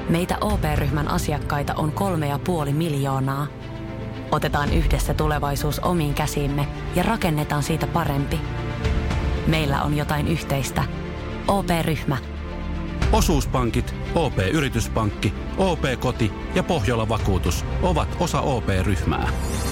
Meitä OP-ryhmän asiakkaita on 3,5 miljoonaa. Otetaan yhdessä tulevaisuus omiin käsiimme ja rakennetaan siitä parempi. Meillä on jotain yhteistä. OP-ryhmä. Osuuspankit, OP-yrityspankki, OP-koti ja Pohjola-vakuutus ovat osa OP-ryhmää.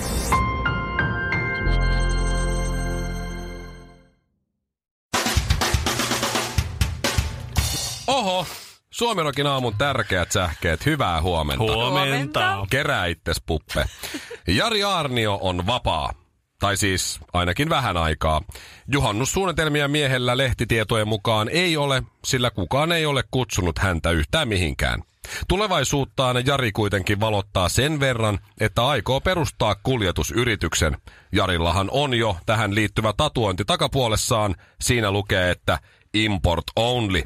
Oho! Suomirokin aamun tärkeät sähkeet. Hyvää huomenta. Huomenta. Kerää itses, puppe. Jari Aarnio on vapaa. Tai siis ainakin vähän aikaa. Juhannussuunnitelmia miehellä lehtitietojen mukaan ei ole, sillä kukaan ei ole kutsunut häntä yhtään mihinkään. Tulevaisuuttaan Jari kuitenkin valottaa sen verran, että aikoo perustaa kuljetusyrityksen. Jarillahan on jo tähän liittyvä tatuointi takapuolessaan. Siinä lukee, että import only.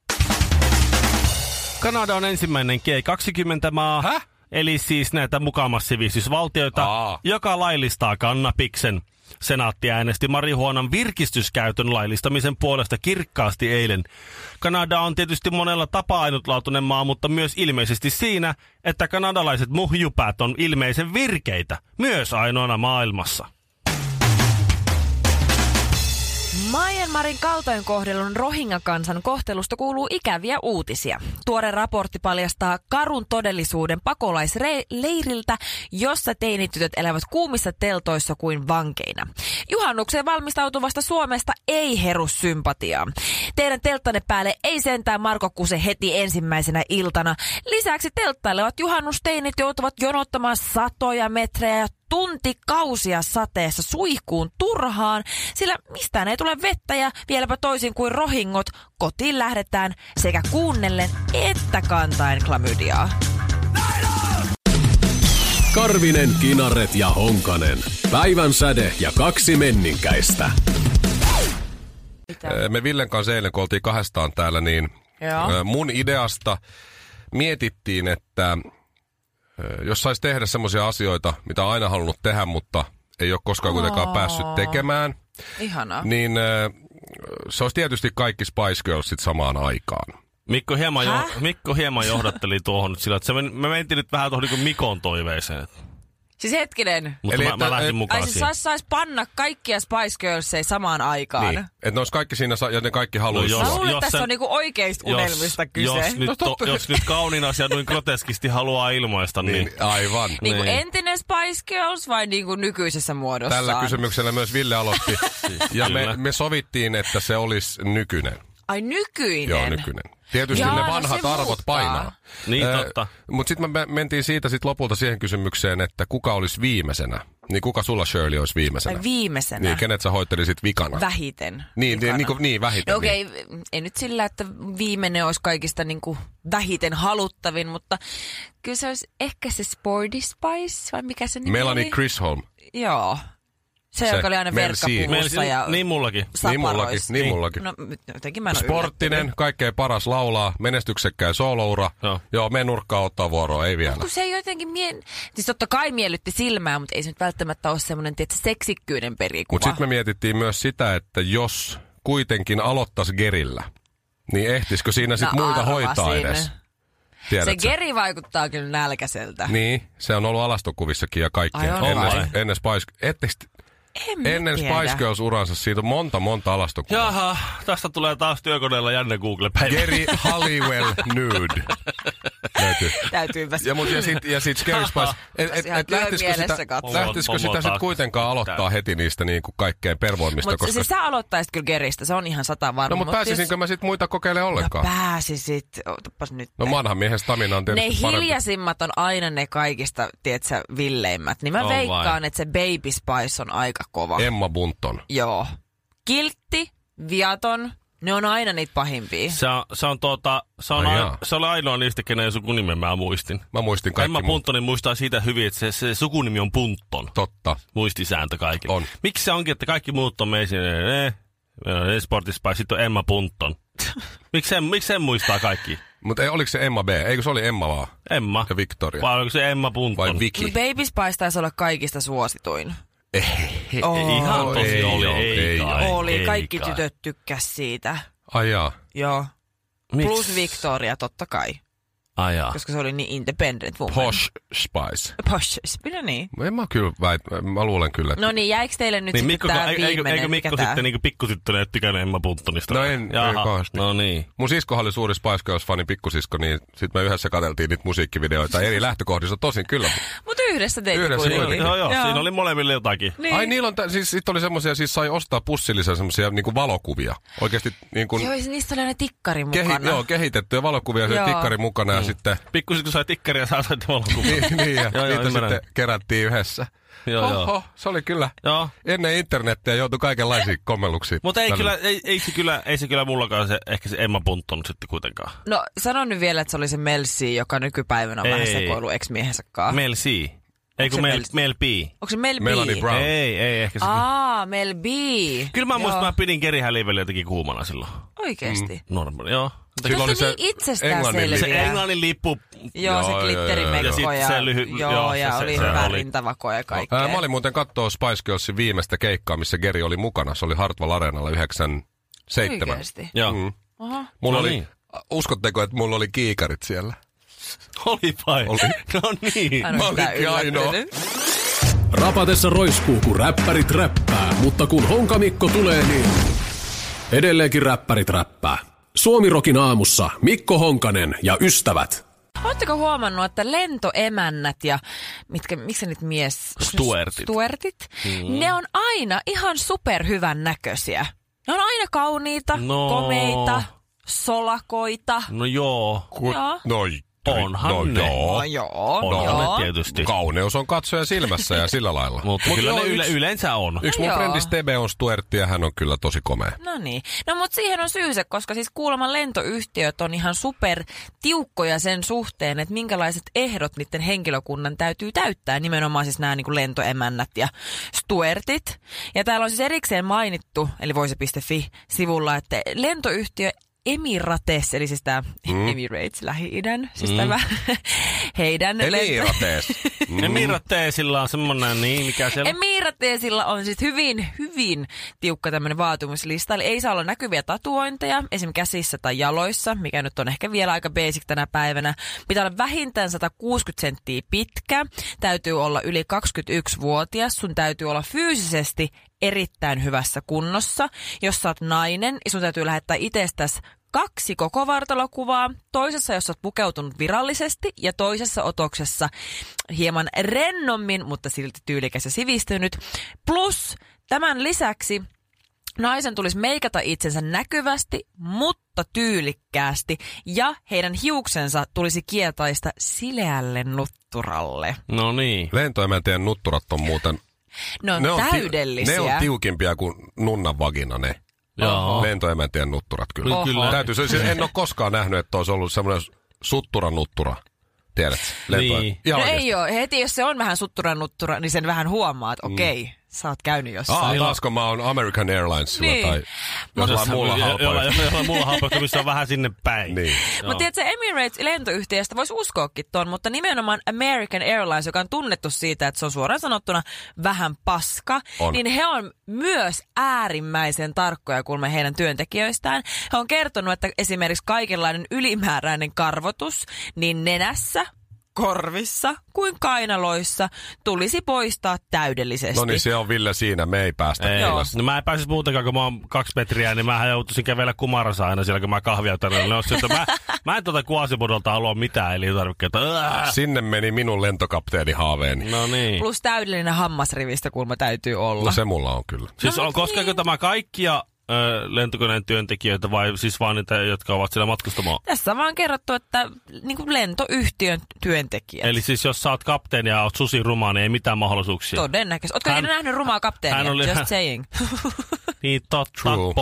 Kanada on ensimmäinen G20-maa, eli siis näitä mukamas sivistysvaltioita, joka laillistaa kannabiksen. Senaatti äänesti marihuonan virkistyskäytön laillistamisen puolesta kirkkaasti eilen. Kanada on tietysti monella tapaa ainutlaatuinen maa, mutta myös ilmeisesti siinä, että kanadalaiset muhjupäät on ilmeisen virkeitä, myös ainoana maailmassa. Myanmarin kaltoinkohdelun Rohingya-kansan kohtelusta kuuluu ikäviä uutisia. Tuore raportti paljastaa karun todellisuuden pakolaisleiriltä, jossa teinitytöt elävät kuumissa teltoissa kuin vankeina. Juhannukseen valmistautuvasta Suomesta ei heru sympatiaa. Teidän telttanne päälle ei sentään Marko kuse heti ensimmäisenä iltana. Lisäksi telttailevat juhannusteinit joutuvat jonottamaan satoja metrejä ja tuntikausia sateessa suihkuun turhaan, sillä mistään ei tule vettä ja vieläpä toisin kuin rohingot, kotiin lähdetään sekä kuunnellen että kantaen klamydiaa. Karvinen, Kinaret ja Honkanen. Päivän säde ja kaksi menninkäistä. Me Villen kanssa eilen, kun oltiin kahdestaan täällä, niin mun ideasta mietittiin, että jos saisi tehdä semmoisia asioita, mitä on aina halunnut tehdä, mutta ei ole koskaan kuitenkaan päässyt tekemään. Ihanaa. Niin se olisi tietysti kaikki Spice Girlsit samaan aikaan. Mikko hieman johdatteli tuohon nyt sillä, että me mentiin nyt vähän tuohon niin Mikon toiveeseen. Siis hetkinen. Mutta eli mä lähdin mukaan siihen. Siis sais panna kaikkia Spice Girlsia samaan aikaan. Niin, että ne olisi kaikki siinä ja ne kaikki haluaisi. Mä luulen, että tässä on niinku oikeista unelmista kyse. Jos nyt kauniin asia noin groteskisti haluaa ilmaista, niin aivan. Niinku entinen Spice Girls vai niinku nykyisessä muodossaan? Tällä kysymyksellä myös Ville aloitti. Ja me sovittiin, että se olisi nykyinen. Ai nykyinen? Joo, nykyinen. Tietysti ne vanhat arvot painaa. Niin totta. Mutta sitten me mentiin siitä sit lopulta siihen kysymykseen, että kuka olisi viimeisenä. Niin kuka sulla, Shirley, olisi viimeisenä? Ai viimeisenä? Niin, kenet sä hoittelisit vikana? Vähiten. Niin, vähiten. No okei, ei nyt sillä, että viimeinen olisi kaikista niinku vähiten haluttavin, mutta kyllä se olisi ehkä se Sporty Spice, vai mikä se nimi Melanie oli? Chisholm. Joo. Se joka oli aina verkkapuvussa ja niin mullakin. Niin mullakin. No, jotenkin mä en Sporttinen, kaikkein paras laulaa, menestyksekkäin sooloura. Joo, me nurkkaan ottaa vuoroa, ei vielä. Kun se ei jotenkin siis totta kai miellytti silmää, mutta ei se nyt välttämättä ole semmoinen seksikkyyden perikuva. Mutta sitten me mietittiin myös sitä, että jos kuitenkin aloittaisi gerillä, niin ehtisikö siinä sitten muita hoitaa edes? Tiedätkö? Se geri vaikuttaa kyllä nälkäiseltä. Niin, se on ollut alastokuvissakin ja kaikkea. Ennen Spice... Ennen Spice Girls-uransa siitä on monta alastokuvaa. Jaha, tästä tulee taas työkoneella jänne Google-päivä. Geri Halliwell nude. Täytyypä. Ja sit Scary Spice. Lähtisikö sitä sit kuitenkaan aloittaa heti niistä niinku kaikkein pervoimmista? Mutta siis sä aloittaisit kyllä Geristä, se on ihan 100 varma. No mutta pääsisinkö mä sit muita kokeilemaan ollenkaan? No pääsisit, otapas nyt. No vanhan miehen stamina on tietysti ne parempi. Hiljaisimmat on aina ne kaikista, tietsä, villeimmät. Niin mä veikkaan, että se Baby Spice on aika kova. Emma Bunton. Joo. Kiltti, viaton, ne on aina niitä pahimpia. Se on ainoa niistä, kenen sukunimen mä muistin. Mä muistin kaikki. Emma Buntonin muistaa siitä hyvin, että se sukunimi on Punton. Totta. Muistisääntö kaikille. On. Miksi se onkin, että kaikki muut on meisin, Sporty Spice, sitten on Emma Bunton. Miksi sen muistaa kaikki? Mutta oliko se Emma B? Eikö se oli Emma vaan? Emma. Ja Victoria. Vai oliko se Emma Bunton? Vai Vicky? Baby Spice taisi olla kaikista suosituin. Ihan tosi oli. Kaikki tytöt tykkäs siitä. Ai jaa. Joo. Plus Victoria, totta kai. koska se oli niin independent woman. Posh Spice. Posh Spice, niin. En mä kyllä mä luulen kyllä. No niin, jäikö teille nyt niin sitten tää viimeinen? Eikö Mikko sitten niinku pikkutyttönä tykännyt Emma Buntonista? No en kauheasti. No niin. Mun siskohan oli suuri Spice Girls-fani, pikkusisko, niin sit me yhdessä katseltiin niitä musiikkivideoita eri lähtökohdissa, tosin kyllä. Mutta yhdessä teitte kuitenkin. Joo, siinä oli molemmille jotakin. Niin. Ai niillä on, siis sit oli semmosia, siis sai ostaa pussillisia semmosia niinku valokuvia. Oikeesti niinku... Joo, niistä oli aina tikkari mukana. Joo, kehitettyjä valokuvia se tikkari mukana ja sitten... Pikkusisko sai tikkari ja saa valokuvia. niin, ja niitä sitten kerättiin yhdessä. Oho, se oli kyllä. Joo. Ennen internettiä joutui kaikenlaisia kommelluksiin. Mutta ei se kyllä mullakaan ehkä se Emma Bunton sitten kuitenkaan. No sanon nyt vielä, että se oli se Mel C, joka nykypäivänä on vähän sekoilu ex-miehensä kanssa. Mel C. Eikö Mel B? Onko se Mel B? Melanie Brown. Ei ehkä se. Mel B. Kyllä mä muistan, että mä pidin Geri Halliwell jotenkin kuumana silloin. Oikeesti? Normaali, joo. Silloin oli se itsestäänselviä. Se Englannin lippu. Joo, se glitterimekko ja oli hyvä rintavako ja kaikkea. Mä olin muuten kattoo Spice Girlsin viimeistä keikkaa, missä Geri oli mukana. Se oli Hartwall Areenalla 97. Oikeesti? Joo. Mulla oli, uskotteko, että mulla oli kiikarit siellä? Oli vai? Oli. No niin. Mä olinkin ainoa. Rapatessa roiskuu, kun räppärit räppää, mutta kun Honkamikko tulee, niin edelleenkin räppärit räppää. Suomirokin aamussa Mikko Honkanen ja ystävät. Oletteko huomannut, että lentoemännät ja miksi niitä Stuartit, ne on aina ihan superhyvän näköisiä. Ne on aina kauniita, komeita, solakoita. No joo. Onhan ne. Onhan ne tietysti. Kauneus on katsoja silmässä ja sillä lailla. Mutta kyllä ne yleensä on. Yksi mun frendi Stebe on Stuartti ja hän on kyllä tosi komea. No niin. No mutta siihen on syysä, koska siis kuulemma lentoyhtiöt on ihan super tiukkoja sen suhteen, että minkälaiset ehdot niiden henkilökunnan täytyy täyttää. Nimenomaan siis nämä niin kuin lentoemännät ja Stuartit. Ja täällä on siis erikseen mainittu, eli voise.fi-sivulla, että lentoyhtiö Emirates, eli siis tämä Emirates, Lähi-idän, siis tämä heidän... Emiratesilla on semmoinen, mikä siellä... Emiratesilla on siis hyvin tiukka tämmöinen vaatimuslista, eli ei saa olla näkyviä tatuointeja, esimerkiksi käsissä tai jaloissa, mikä nyt on ehkä vielä aika basic tänä päivänä. Pitää olla vähintään 160 senttiä pitkä, täytyy olla yli 21-vuotias, sun täytyy olla fyysisesti erittäin hyvässä kunnossa. Jos sä oot nainen, sun täytyy lähettää itsestäsi 2 koko vartalokuvaa, toisessa, jos olet pukeutunut virallisesti, ja toisessa otoksessa hieman rennommin, mutta silti tyylikäs ja sivistynyt. Plus tämän lisäksi naisen tulisi meikata itsensä näkyvästi, mutta tyylikkäästi, ja heidän hiuksensa tulisi kietaista sileälle nutturalle. No niin. Lentoemäntien nutturat on muuten... Ne on täydellisiä. Ne on tiukimpia kuin nunnan vagina ne. Lentoemäntien nutturat kyllä. Kyllä. En ole koskaan nähnyt, että olisi ollut semmoinen sutturanuttura. Tiedät? Niin. No ei ole. Heti jos se on vähän sutturanuttura, niin sen vähän huomaa, että okei, sä oot käynyt jossain. Taasko mä oon American Airlinesilla tai jollain muulla halpoista, missä on vähän sinne päin. Niin. Mutta tiedätkö, Emirates lentoyhtiöstä voisi uskoakin ton, mutta nimenomaan American Airlines, joka on tunnettu siitä, että se on suoraan sanottuna vähän paska, niin he on myös äärimmäisen tarkkoja kuulemma heidän työntekijöistään. He on kertonut, että esimerkiksi kaikenlainen ylimääräinen karvotus niin nenässä, korvissa kuin kainaloissa tulisi poistaa täydellisesti. No niin, se on Ville siinä, me ei päästä. No mä en pääsisi muutenkaan, kun mä oon 2 metriä, niin mä joutuisin kävellä kumarassa aina siellä, kun mä kahvia tarjoin. Mä en Kuasipodolta halua mitään elintarvikkeita. Sinne meni minun lentokapteeni haaveeni. No niin. Plus täydellinen hammasrivistä kulma täytyy olla. No se mulla on kyllä. Siis koskeeko tämä kaikkia lentokoneen työntekijöitä vai siis vaan niitä, jotka ovat siellä matkustamaan? Tässä on vaan kerrottu, että niin kuin lentoyhtiön työntekijät. Eli siis jos sä oot kapteeni ja oot susi ruma, niin ei mitään mahdollisuuksia. Todennäköisesti. Ootko ikinä nähnyt rumaa kapteenia? Just saying. Niin totta,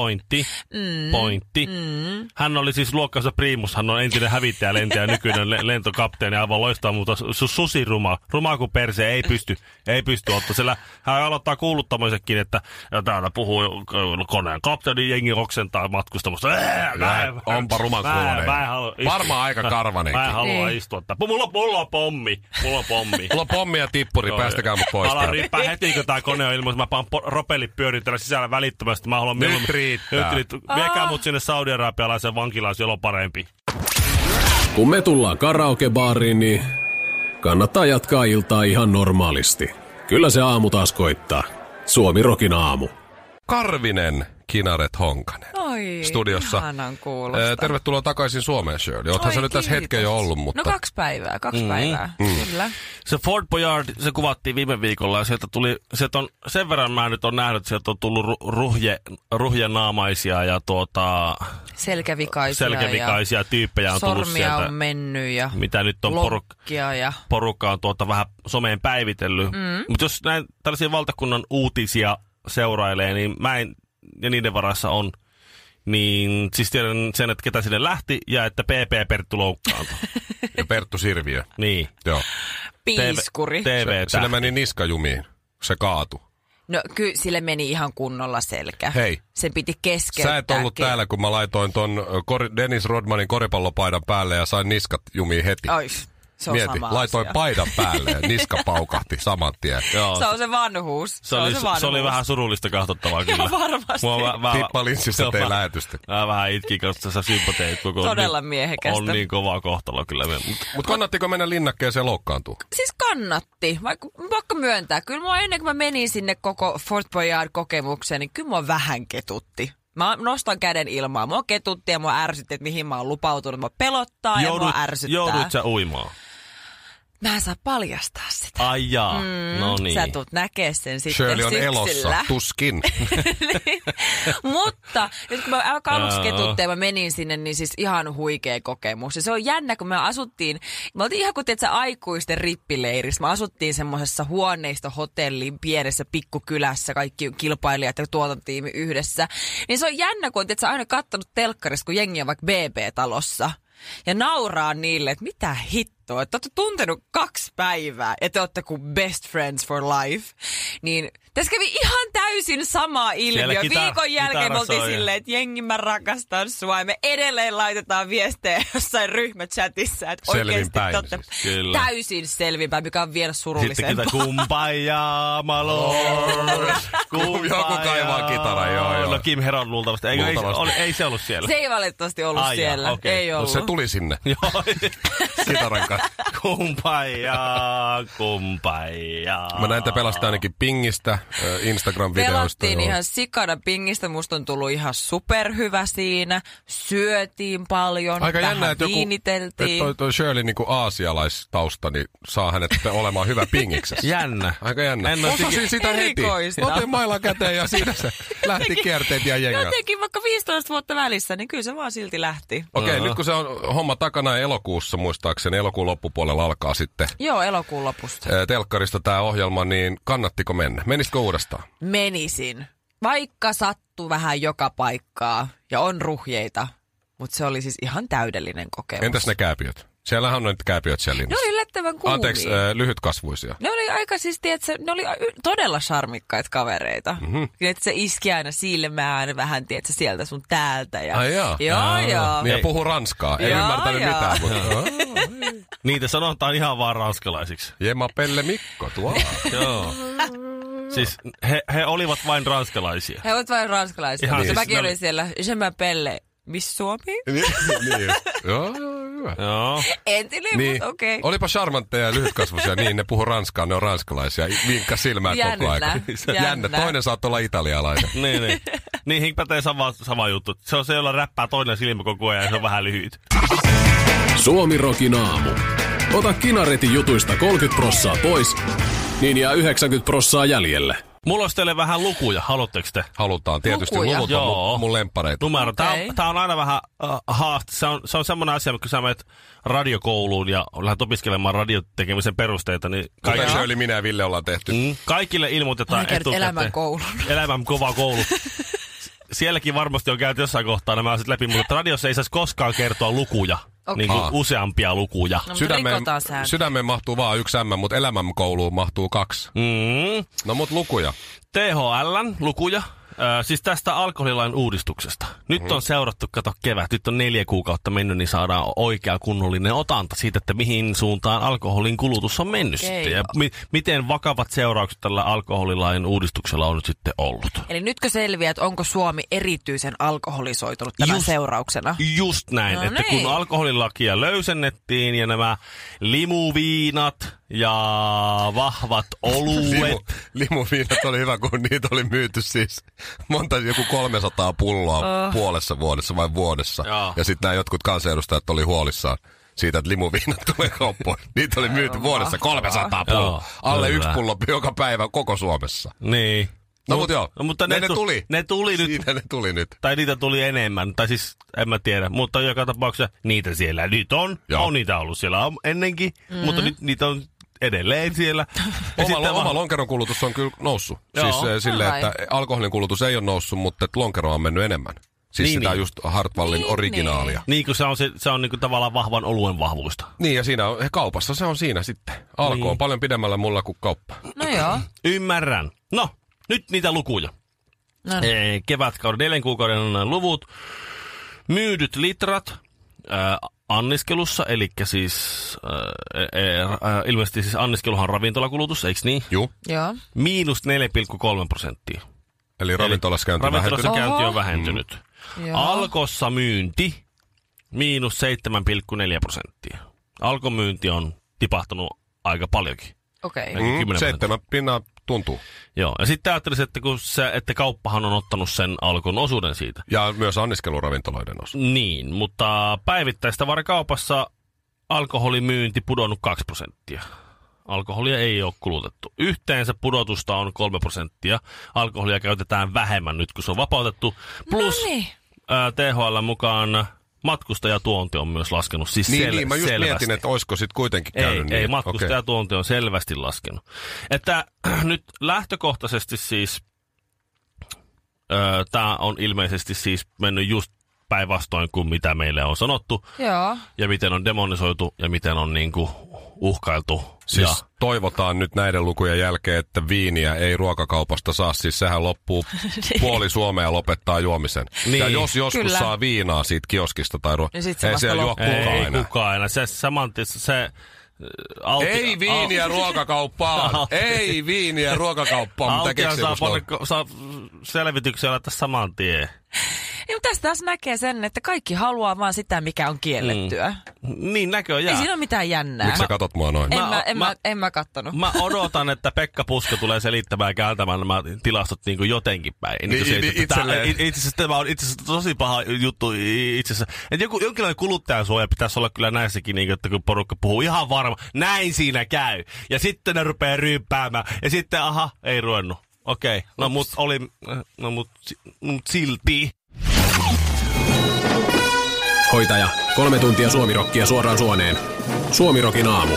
pointti. Hän oli siis luokkansa priimus, hän on entinen hävittäjälentäjä, nykyinen lentokapteeni, aivan loistaa, mutta susiruma, ruma kuin perse, ei pysty ottaa. Siellä hän aloittaa kuuluttamisetkin, että täällä puhuu koneen kapteeni, jengi oksentaa matkustamassa. Onpa ruma kuulonen. Varmaan aika karvanenkin. Mä en halua istua. Mulla on pommi. Mulla on pommi ja tippuri, päästäkää mut pois. Alan riippää heti, kun tää kone on ilmoissa. Mä paan ropelit pyöritellä sisällä välittömästi. Mä haluan nyt riittää. Viekää mut sinne saudi-arabialaisen vankilaan, siellä on parempi. Kun me tullaan karaokebaariin, niin kannattaa jatkaa iltaa ihan normaalisti. Kyllä se aamu taas koittaa. Suomi Rokin aamu. Karvinen Kinaret Honkanen. Oi, studiossa. ihanan kuulosta. Tervetuloa takaisin Suomeen, Shirley. Oothan sä nyt tässä hetken jo ollut, mutta... No 2 päivää, kyllä. Se Fort Boyard, se kuvattiin viime viikolla ja sieltä on, sen verran mä nyt on nähnyt, että sieltä on tullut ruhjenaamaisia ja selkävikaisia tyyppejä on tullut sieltä. Sormia on mennyt ja mitä nyt on porukka on vähän someen päivitellyt. Mutta jos näin tällaisia valtakunnan uutisia seurailee, niin ja niiden varassa on, niin siis tiedän sen, että ketä sinne lähti ja että PP Perttu loukkaantui. Ja Perttu Sirviö. Niin. Joo. Piiskuri. Sille meni niskajumiin. Se kaatui. No kyllä sille meni ihan kunnolla selkä. Hei. Sen piti keskeyttää. Sä et ollut täällä, kun mä laitoin ton Dennis Rodmanin koripallopaidan päälle ja sain niskat jumiin heti. Ois. Se on mieti, laitoin paidan päälle ja niska paukahti saman tien. Joo. Se on se vanhuus. Se oli vähän surullista katsottavaa kyllä. Varmasti. Tippa linssissä tein lähetystä. Vähän itkin, koska sä sympateet. Todella miehekästä. On niin kovaa kohtalo kyllä. Mutta kannattiko mennä linnakkeeseen loukkaantua? Siis kannatti. Vaikka myöntää. Kyllä mua ennen kuin mä menin sinne koko Fort Boyard-kokemukseen, niin kyllä mua vähän ketutti. Mä nostan käden ilmaan. Mua ketutti ja mua ärsytti, että mihin mä oon lupautunut. Mua pelottaa ja mua ärsyttää. Joudut sä uimaan? Mä en saa paljastaa sitä. Ai jaa, no niin. Sä tulet näkee sen sitten Shirley on syksyllä. elossa, tuskin. Mutta nyt kun mä aluksi ketutti ja mä menin sinne, niin siis ihan huikea kokemus. Ja se on jännä, kun me oltiin ihan kuin aikuisten rippileirissä. Me asuttiin semmosessa huoneistohotelliin pienessä pikkukylässä, kaikki kilpailijat ja tuotantotiimi yhdessä. Niin se on jännä, kun on aina kattonut telkkarissa, kun jengi on vaikka BB-talossa. Ja nauraa niille, että mitä hittoa, että olette tuntenut 2 päivää ja te olette kuin best friends for life. Niin tässä kävi ihan täysin sama ilmiö. Viikon jälkeen me oltiin silleen, että jengi mä rakastan sua ja me edelleen laitetaan viestejä jossain ryhmächatissa, että oikeasti te olette täysin selvinpäin, mikä on vielä surullisempaa. Sitten kumpajaa, my lord. Joku kaivaa kitaran, joo. No Kim Heron luultavasti. Ei se ollut siellä. Se ei valitettavasti ollut siellä. Okay. Ei ollut. Se tuli sinne. Joo. Kitaran kanssa. Kumpajaa. Mä näin, että pelastaa ainakin pingistä Instagram-videoista. Pelattiin ihan sikana pingistä. Musta on tullut ihan superhyvä siinä. Syötiin paljon. Aika jännä, että viiniteltiin. toi Shirley niinku aasialaistausta, niin saa hänet olemaan hyvä pingiksessä. Jännä. Aika jännä. Osasin sitä heti. Otin mailan käteen ja siinä se lähti kierteet ja jengat. Jotenkin vaikka 15 vuotta välissä, niin kyllä se vaan silti lähti. Okei, nyt kun se on homma takana elokuussa, muistaakseni elokuun loppupuolella alkaa sitten. Joo, elokuun lopusta. Telkkarista tämä ohjelma, niin kannattiko mennä? Menisikö uudestaan? Menisin. Vaikka sattuu vähän joka paikkaa ja on ruhjeita, mutta se oli siis ihan täydellinen kokemus. Entäs ne kääpiöt? Siellähän on nyt kääpiöt siellä linnassa. Ne oli yllättävän kuumia. Anteeksi, lyhytkasvuisia. Ne oli aika siis, tiedätkö, ne oli todella charmikkaita kavereita. Että se iski aina silmään vähän, tiedätkö, sieltä sun täältä. Ja... Ai jaa. Joo. Niin ja puhu ranskaa. Ei ymmärtänyt mitään. Mutta... Niitä sanotaan ihan vaan ranskalaisiksi. Jema Pelle Mikko, tuo. Joo. Siis he olivat vain ranskalaisia. He olivat vain ranskalaisia. Ihan siis mäkin olin siellä, je m'appelle Miss Suomi. Niin. Joo, hyvä. Joo. Entinen, niin. mutta okei. Olipa charmantteja ja lyhytkasvuisia, niin ne puhuu ranskaa, ne on ranskalaisia. Vinkka silmää koko ajan. Jännä. Toinen saattaa olla italialainen. niin. Niihin pätee sama juttu. Se on se, jolla räppää toinen silmä koko ajan ja se on vähän lyhyt. Suomi Rokin aamu. Ota Kinaretin jutuista 30% pois, niin jää 90% jäljelle. Mulla olisi teille vähän lukuja, haluatteko te? Halutaan, tietysti lukuja. luvut on mun lempareita. Numero. Tää on aina vähän se on semmoinen asia, kun sä menet radiokouluun ja lähdet opiskelemaan radiotekemisen perusteita, niin Kuten Shirley, minä ja Ville ollaan tehty. Kaikille ilmoitetaan etukäteen. Elämän koulun. Elämän kova koulu. Sielläkin varmasti on käyty jossain kohtaa nämä asiat läpi, mutta radiossa ei saisi koskaan kertoa lukuja. Okay. Niin kuin useampia lukuja. No, sydämeen mahtuu vaan 1 M, mutta elämänkouluun mahtuu 2. No mut lukuja. THL:n lukuja. Siis tästä alkoholilain uudistuksesta. Nyt on seurattu, kato kevät, nyt on 4 kuukautta mennyt, niin saadaan oikea kunnollinen otanta siitä, että mihin suuntaan alkoholin kulutus on mennyt sitten. Ja miten vakavat seuraukset tällä alkoholilain uudistuksella on nyt sitten ollut. Eli nytkö selviää, että onko Suomi erityisen alkoholisoitunut tämän seurauksena? Just näin, että kun alkoholilakia löysennettiin ja nämä limuviinat ja vahvat oluet. Limuviinat oli hyvä, kun niitä oli myyty siis joku 300 pulloa puolessa vuodessa vai vuodessa. Ja sitten nämä jotkut kansanedustajat oli huolissaan siitä, että limuviinat tulee kauppoihin. Niitä oli myyty vuodessa 300 pulloa. Alle 1 pullo joka päivä koko Suomessa. Niin. No mutta joo, mutta ne tuli. Ne tuli nyt. Siinä ne tuli nyt. Tai niitä tuli enemmän, tai siis en mä tiedä. Mutta joka tapauksessa niitä siellä nyt on. Joo. On niitä ollut siellä ennenkin, mutta nyt niitä on edelleen siellä. Oma lonkeron kulutus on kyllä noussut. Joo, siis silleen, että alkoholin kulutus ei ole noussut, että lonkero on mennyt enemmän. Siis sitä just Hartwallin originaalia. Niin, kun se on niinku tavallaan vahvan oluen vahvuista. Niin, ja siinä on, kaupassa se on siinä sitten. Alko on paljon pidemmällä mulla kuin kauppa. No joo. Ymmärrän. No, nyt niitä lukuja. No. Kevätkauden 4 kuukauden luvut. Myydyt litrat anniskelussa, eli siis ilmeisesti siis anniskeluhan on ravintolakulutus, eikö niin? Joo. Miinus 4,3%. Eli ravintolassa käynti on vähentynyt. Alkossa myynti miinus 7,4%. Alkon myynti on tipahtunut aika paljonkin. Okei. 7% tuntuu. Joo, ja sitten ajattelisin, että kauppahan on ottanut sen Alkon osuuden siitä. Ja myös anniskeluravintoloiden osuus. Niin, mutta päivittäistä varakaupassa alkoholimyynti pudonnut 2%. Alkoholia ei ole kulutettu. Yhteensä pudotusta on 3%. Alkoholia käytetään vähemmän nyt, kun se on vapautettu. Plus THL mukaan matkustajatuonti on myös laskenut. Siis niin, mä just mietin, että olisiko sitten kuitenkin käynyt niin. Ei, matkustajatuonti on selvästi laskenut. Että nyt lähtökohtaisesti siis tämä on ilmeisesti siis mennyt just päinvastoin kuin mitä meille on sanottu. Joo. Ja miten on demonisoitu ja miten on niinku uhkailtu. Siis toivotaan nyt näiden lukujen jälkeen, että viiniä ei ruokakaupasta saa. Siis sehän loppuu, puoli Suomea lopettaa juomisen. Niin. Ja jos joskus saa viinaa siitä kioskista tai ei se juo kukaan enää. Ei kukaan enää. Ei viiniä ruokakauppaan! Ei viiniä ruokakauppaan! Altian saa selvityksiä laittaa saman tien. Niin, tästä taas näkee sen, että kaikki haluaa vaan sitä, mikä on kiellettyä. Niin näköjään. Ei siinä ole mitään jännää. Miksi sä katot mua noin? En mä kattonut. Mä odotan, että Pekka Puska tulee selittämään ja kääntämään nämä tilastot niin kuin jotenkin päin. Itse asiassa tosi paha juttu itse asiassa. Että jonkinlainen kuluttajansuoja pitäisi olla kyllä näissäkin, niin, että kun porukka puhuu ihan varma, näin siinä käy. Ja sitten ne rupeaa ryyppäämään. Ja sitten ei ruvennut. Okei. No mut silti. Hoitaja, 3 tuntia suomirokkia suoraan suoneen. Suomirokin aamu.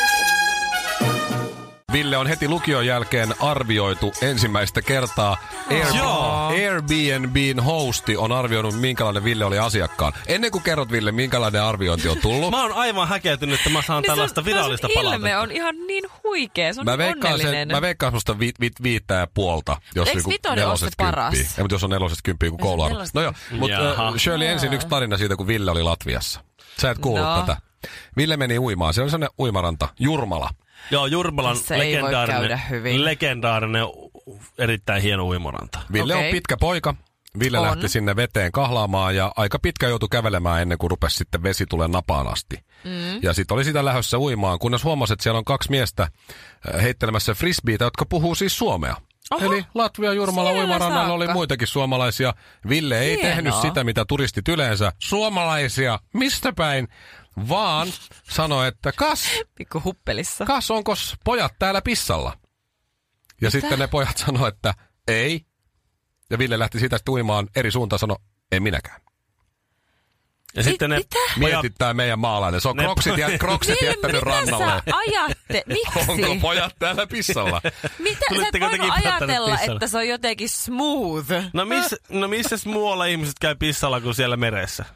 Ville on heti lukion jälkeen arvioitu ensimmäistä kertaa. Airbnb:n hosti on arvioinut, minkälainen Ville oli asiakkaan. Ennen kuin kerrot, Ville, minkälainen arviointi on tullut. Mä oon aivan häkeltynyt, että mä saan tällaista virallista palautetta. Ilme on ihan niin huikea, se on onnellinen. Mä veikkaan semmoista 5,5. Eikö 5 ole se paras? Ei, mutta jos on 4,10 kuin kouluarvo. No joo, mutta Shirley ensin yksi tarina siitä, kun Ville oli Latviassa. Sä et kuullut tätä. Ville meni uimaan. Se oli sellainen uimaranta, Jurmala. Joo, Jurmalan legendaarinen, erittäin hieno uimaranta. Ville on pitkä poika. Ville lähti sinne veteen kahlaamaan ja aika pitkä joutui kävelemään ennen kuin rupesi sitten vesi tulee napaan asti. Ja sitten oli sitä lähdössä uimaan, kunnes huomasi, että siellä on 2 miestä heittelemässä frisbeitä, jotka puhuu siis suomea. Oho, eli Latvia Jurmala uimarannalla oli muitakin suomalaisia. Ville ei tehnyt sitä, mitä turistit yleensä. Suomalaisia, mistä päin? Vaan sanoi, että pikku huppelissa. Onkos pojat täällä pissalla? Ja sitten ne pojat sanoi, että ei. Ja Ville lähti siitä uimaan eri suuntaan, sanoi, en minäkään. Ja sitten ne mietittää meidän maalainen. Se on kroksit jättänyt rannalle. Mitä sä ajatte? Miksi? Onko pojat täällä pissalla? Mitä? Sä et voinut ajatella, että se on jotenkin smooth. No missä muualla ihmiset käy pissalla kuin siellä meressä?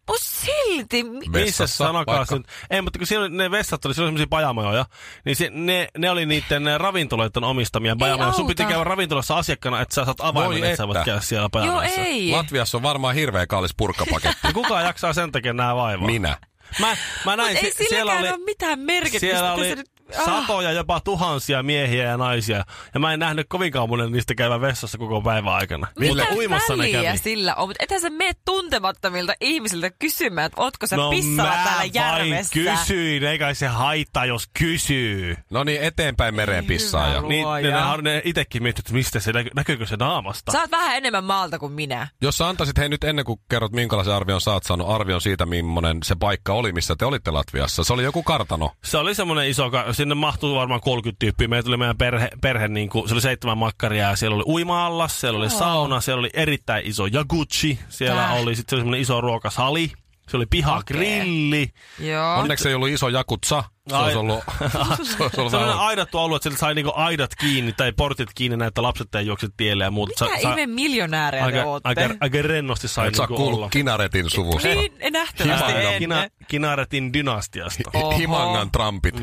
silti. Missä sanokaa nyt? Ei, mutta kun siellä ne vessat oli semmoisia pajamajoja, niin ne oli niiden ravintoloiden omistamia pajamajoja. Sun piti käydä ravintolassa asiakkaana, että sä saat avaimen, että sä voit käydä siellä pajamajoissa. Joo, ei. Latviassa on varmaan hirveä kallis purkkapaketti. Ja kukaan jaksaa sen takia nää vaivaa? Minä. Mä näin, ei silläkään ole mitään merkitystä. Siellä oli satoja, jopa tuhansia miehiä ja naisia. Ja mä en nähnyt kovinkaan monen niistä käyvän vessassa koko päivän aikana. Mitä väliä sillä on? Mutta ethän sä mene tuntemattomilta ihmisiltä kysymään, että ootko sä pissalla täällä järvessä? No mä vain kysyin, eikä se haittaa, jos kysyy. No niin, eteenpäin mereen pissaa. Ja niin, ne itekin miettivät, että mistä se näkyykö se naamasta. Sä oot vähän enemmän maalta kuin minä. Jos sä antaisit, hei nyt ennen kuin kerrot minkälaisen arvion sä oot saanut arvion siitä, millainen se paikka oli, missä te olitte Latviassa. Se oli joku kartano. Se oli semmoinen iso, sinne mahtuu varmaan 30 tyyppiä. Meillä tuli meidän perhe niin kuin, se oli 7 makkaria ja siellä oli uima-allas, siellä oli sauna, siellä oli erittäin iso jacuzzi, siellä oli sitten semmoinen iso ruokasali, se oli pihagrilli. Joo. Onneksi ei ollut iso jakutsa. Se olisi ollut sellainen aidattu alue, että sieltä sai niinku aidat kiinni tai portit kiinni, näitä lapset ei juokset tielle ja muuta. Mitä ihme miljonäärejä te ootte? Aika rennosti sai niinku olla. Et sä kuullut Kinaretin suvusta. Niin, nähtävästi Kinaretin dynastiasta. Himangan Trumpit.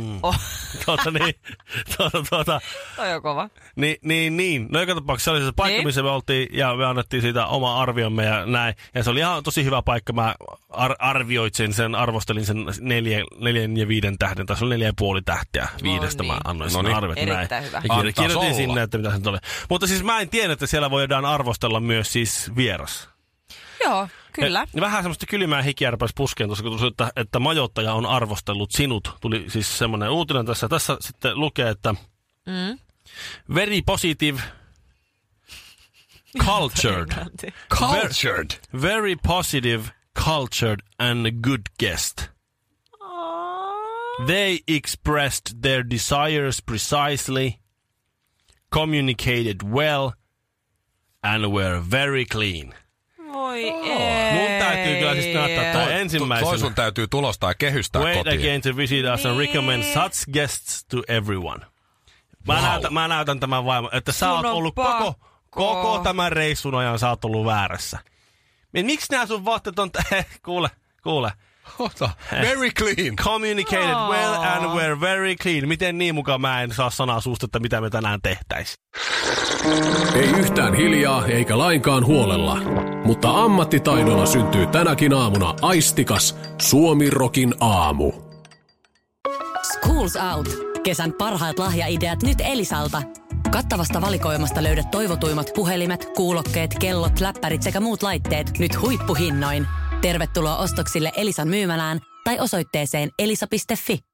Toi on kova. Niin. No joka tapauksessa se oli se paikka, missä me oltiin ja me annettiin siitä oma arviomme ja näin. Ja se oli ihan tosi hyvä paikka. Mä arvioitsin sen, arvostelin sen 4 ja 5 tähden. Tässä oli 4,5 tähtiä 5. Mä annoin sen arviot näin. Erittäin hyvä. Ja kirjoitin sinne, että mitä se oli. Mutta siis mä en tiedä, että siellä voidaan arvostella myös siis vieras. Joo, kyllä. Vähän semmoista kylmää hikiä rupesi puskeen tuossa, kun tuli, että majoittaja on arvostellut sinut. Tuli siis semmoinen uutinen tässä. Tässä sitten lukee, että very positive, cultured. Very positive, cultured and good guest. They expressed their desires precisely, communicated well, and were very clean. Voi ei. Mun täytyy kyllä siis näyttää tämä ensimmäisenä. Toi sun täytyy tulostaa ja kehystää Wait kotiin. Again to visit us and recommend such guests to everyone. Mä näytän tämän vaimon, että sä oot ollut koko tämän reissun ajan, sä oot ollut väärässä. Miksi nää sun vaatteet on... Kuule. Very clean. Communicated well and were very clean. Miten niin mukaan mä en saa sanaa suusta, että mitä me tänään tehtäis? Ei yhtään hiljaa eikä lainkaan huolella, mutta ammattitaidolla syntyy tänäkin aamuna aistikas Suomi-rokin aamu. Schools Out. Kesän parhaat lahjaideat nyt Elisalta. Kattavasta valikoimasta löydät toivotuimmat puhelimet, kuulokkeet, kellot, läppärit sekä muut laitteet nyt huippuhinnoin. Tervetuloa ostoksille Elisan myymälään tai osoitteeseen elisa.fi.